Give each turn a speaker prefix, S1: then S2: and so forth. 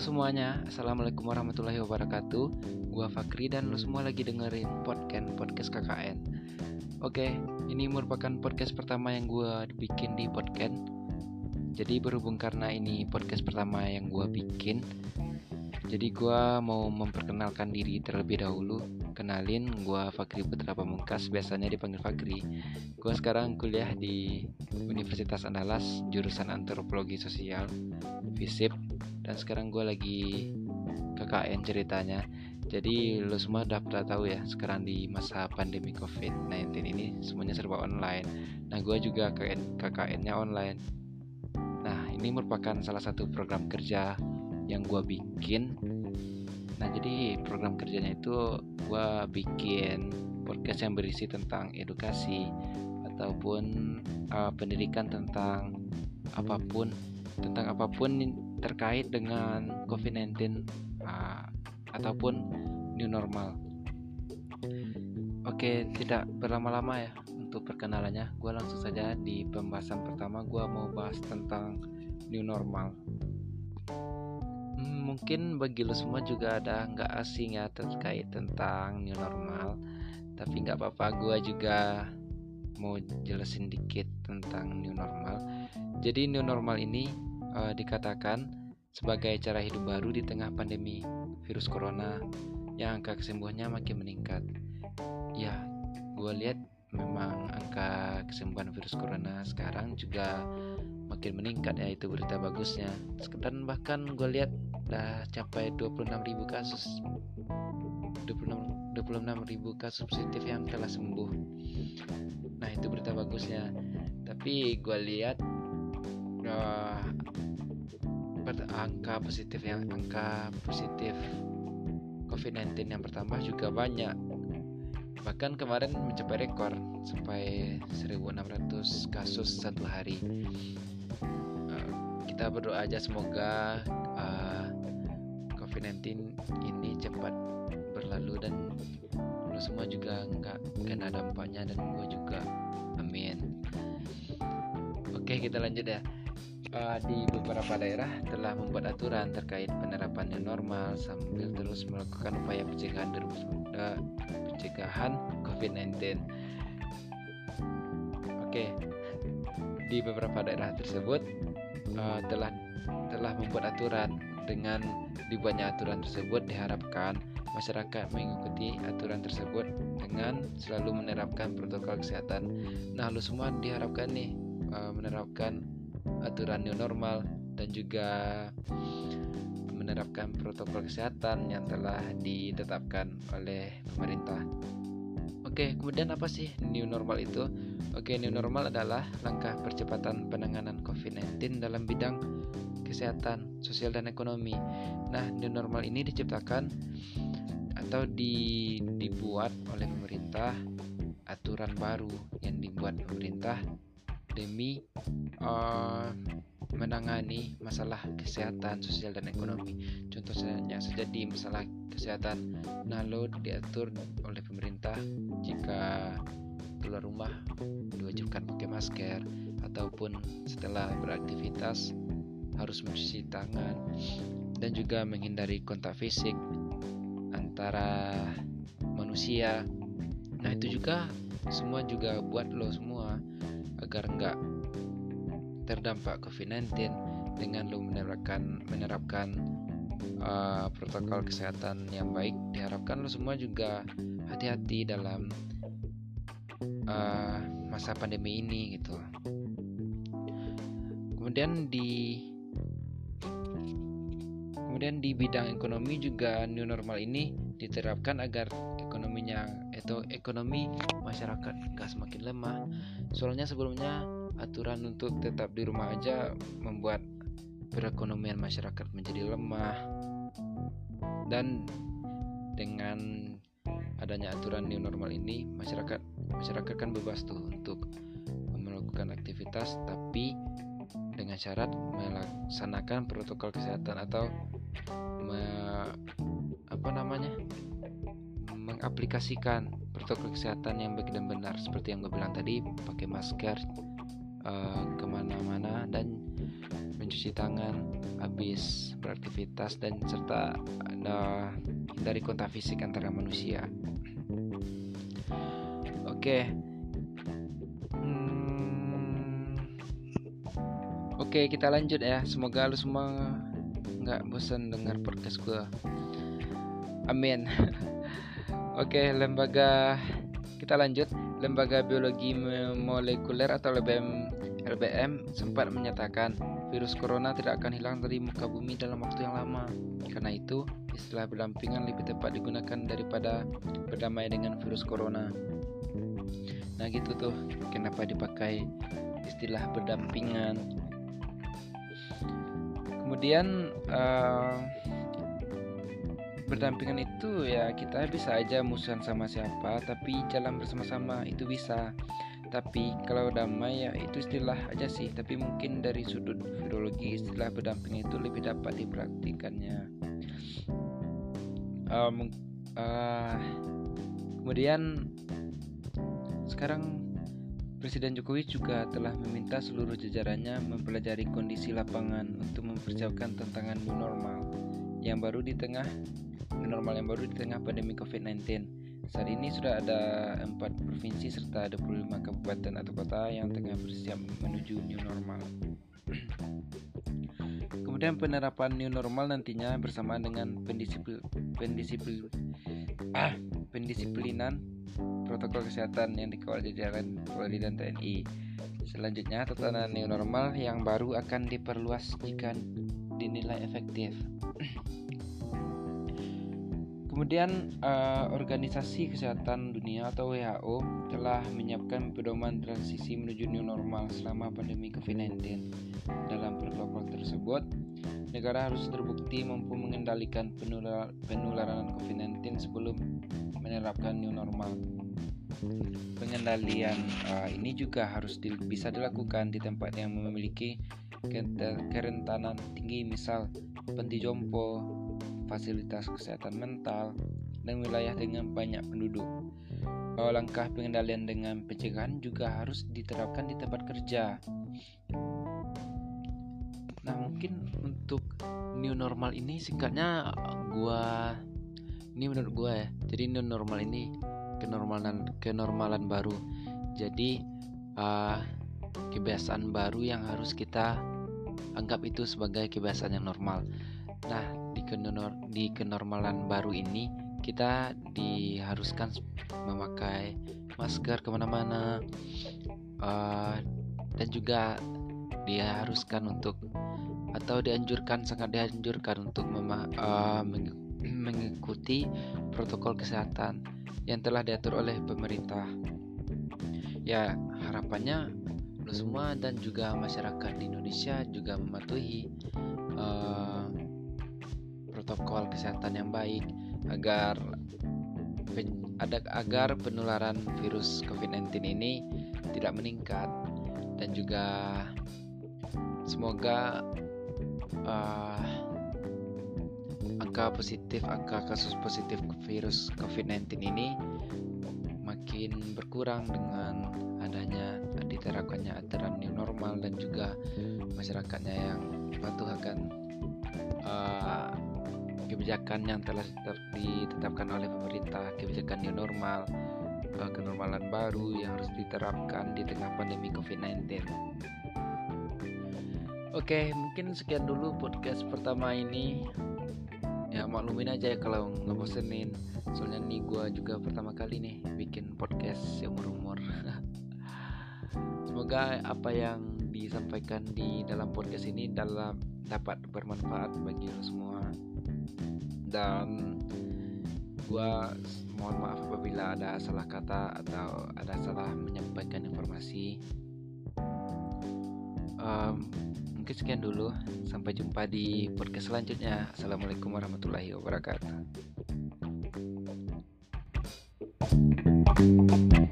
S1: semuanya, Assalamualaikum warahmatullahi wabarakatuh. Gua Fakri dan lo semua lagi dengerin podcast KKN. Oke, ini merupakan podcast pertama yang gua bikin di podcast. Jadi berhubung karena ini podcast pertama yang gua bikin, jadi gua mau memperkenalkan diri terlebih dahulu. Kenalin, gua Fakri Putra Pamungkas, biasanya dipanggil Fakri. Gua sekarang kuliah di Universitas Andalas, jurusan Antropologi Sosial, FISIP. Dan sekarang gue lagi KKN ceritanya. Jadi lo semua udah pada tahu ya, sekarang di masa pandemi COVID-19 ini semuanya serba online. Nah, gue juga KKN-nya online. Nah, ini merupakan salah satu program kerja yang gue bikin. Nah, jadi program kerjanya itu gue bikin podcast yang berisi tentang edukasi ataupun pendidikan tentang apapun terkait dengan COVID-19 ataupun new normal. Oke, tidak berlama-lama ya untuk perkenalannya. Gue langsung saja di pembahasan pertama. Gue mau bahas tentang new normal. Mungkin bagi lo semua juga ada nggak asing ya terkait tentang new normal. Tapi nggak apa-apa, gue juga mau jelasin dikit tentang new normal. Jadi new normal ini dikatakan sebagai cara hidup baru di tengah pandemi virus corona yang angka kesembuhannya makin meningkat. Ya, gue lihat memang angka kesembuhan virus corona sekarang juga makin meningkat ya, itu berita bagusnya. Dan bahkan gue lihat udah capai 26.000 kasus 26.000 kasus positif yang telah sembuh. Nah, itu berita bagusnya. Tapi gue lihat angka positif COVID-19 yang bertambah juga banyak. Bahkan kemarin mencapai rekor sampai 1.600 kasus satu hari. Kita berdoa aja semoga COVID-19 ini cepat berlalu dan lo semua juga nggak kena dampaknya, dan gue juga, amin. Oke, kita lanjut ya. Di beberapa daerah telah membuat aturan terkait penerapan new normal sambil terus melakukan upaya pencegahan COVID-19. Oke, di beberapa daerah tersebut telah membuat aturan. Dengan dibuatnya aturan tersebut diharapkan masyarakat mengikuti aturan tersebut dengan selalu menerapkan protokol kesehatan. Nah, lu semua diharapkan nih menerapkan aturan new normal dan juga menerapkan protokol kesehatan yang telah ditetapkan oleh pemerintah. Oke, kemudian apa sih new normal itu? Oke, new normal adalah langkah percepatan penanganan COVID-19 dalam bidang kesehatan, sosial, dan ekonomi. Nah, new normal ini diciptakan atau dibuat oleh pemerintah, aturan baru yang dibuat pemerintah demi menangani masalah kesehatan, sosial, dan ekonomi. Contohnya saja di masalah kesehatan, lo diatur oleh pemerintah jika keluar rumah diwajibkan pakai masker, ataupun setelah beraktivitas harus mencuci tangan, dan juga menghindari kontak fisik antara manusia. Nah, itu juga semua juga buat lo semua agar enggak terdampak COVID-19 dengan lo menerapkan protokol kesehatan yang baik. Diharapkan lo semua juga hati-hati dalam masa pandemi ini gitu. Kemudian di bidang ekonomi juga new normal ini diterapkan agar ekonomi masyarakat gak semakin lemah. Soalnya sebelumnya aturan untuk tetap di rumah aja membuat perekonomian masyarakat menjadi lemah. Dan dengan adanya aturan new normal ini, masyarakat kan bebas tuh untuk melakukan aktivitas, tapi dengan syarat melaksanakan protokol kesehatan atau mengaplikasikan protokol kesehatan yang baik dan benar, seperti yang gue bilang tadi, pakai masker kemana-mana dan mencuci tangan habis beraktivitas dan serta hindari kontak fisik antara manusia. Oke. Oke, kita lanjut ya. Semoga lu semua nggak bosan dengar podcast gue. Amin. Oke, kita lanjut. Lembaga Biologi Molekuler atau LBM sempat menyatakan virus corona tidak akan hilang dari muka bumi dalam waktu yang lama. Karena itu, istilah berdampingan lebih tepat digunakan daripada berdamai dengan virus corona. Nah gitu tuh, kenapa dipakai istilah berdampingan. Kemudian berdampingan itu ya kita bisa aja musuhan sama siapa, tapi jalan bersama-sama itu bisa. Tapi kalau damai ya itu istilah aja sih. Tapi mungkin dari sudut virologi istilah berdampingan itu lebih dapat dipraktikannya. Kemudian sekarang Presiden Jokowi juga telah meminta seluruh jajarannya mempelajari kondisi lapangan untuk mempersiapkan tantangan new normal yang baru di tengah pandemi COVID-19. Saat ini sudah ada 4 provinsi serta 25 kabupaten atau kota yang tengah bersiap menuju new normal. Kemudian penerapan new normal nantinya bersama dengan pendisiplinan protokol kesehatan yang dikawal jajaran Polri dan TNI. Selanjutnya, tatanan new normal yang baru akan diperluas jika dinilai efektif. Kemudian Organisasi Kesehatan Dunia atau WHO telah menyiapkan pedoman transisi menuju new normal selama pandemi COVID-19. Dalam protokol tersebut, negara harus terbukti mampu mengendalikan penularan COVID-19 sebelum menerapkan new normal. Pengendalian ini juga harus bisa dilakukan di tempat yang memiliki kerentanan tinggi, misal panti jompo, fasilitas kesehatan mental, dan wilayah dengan banyak penduduk. Langkah pengendalian dengan pencegahan juga harus diterapkan di tempat kerja. Nah, mungkin untuk new normal ini singkatnya ini menurut gue ya. Jadi new normal ini kenormalan baru. Jadi kebiasaan baru yang harus kita anggap itu sebagai kebiasaan yang normal. Nah, di kenormalan baru ini kita diharuskan memakai masker kemana-mana, dan juga sangat dianjurkan untuk mengikuti protokol kesehatan yang telah diatur oleh pemerintah. Ya, harapannya lo semua dan juga masyarakat di Indonesia juga mematuhi protokol kesehatan yang baik agar penularan virus COVID-19 ini tidak meningkat, dan juga semoga angka kasus positif virus COVID-19 ini makin berkurang dengan adanya diterapkannya aturan new normal, dan juga masyarakatnya yang patuh akan kebijakan yang telah ditetapkan oleh pemerintah, kebijakan new normal, kenormalan baru yang harus diterapkan di tengah pandemi COVID-19. Oke, mungkin sekian dulu podcast pertama ini. Ya, maklumin aja ya kalau ngebosenin, soalnya nih gue juga pertama kali nih bikin podcast seumur-umur. Semoga apa yang disampaikan di dalam podcast ini dapat bermanfaat bagi lo semua. Dan gue mohon maaf apabila ada salah kata atau ada salah menyampaikan informasi. Mungkin sekian dulu. Sampai jumpa di podcast selanjutnya. Assalamualaikum warahmatullahi wabarakatuh.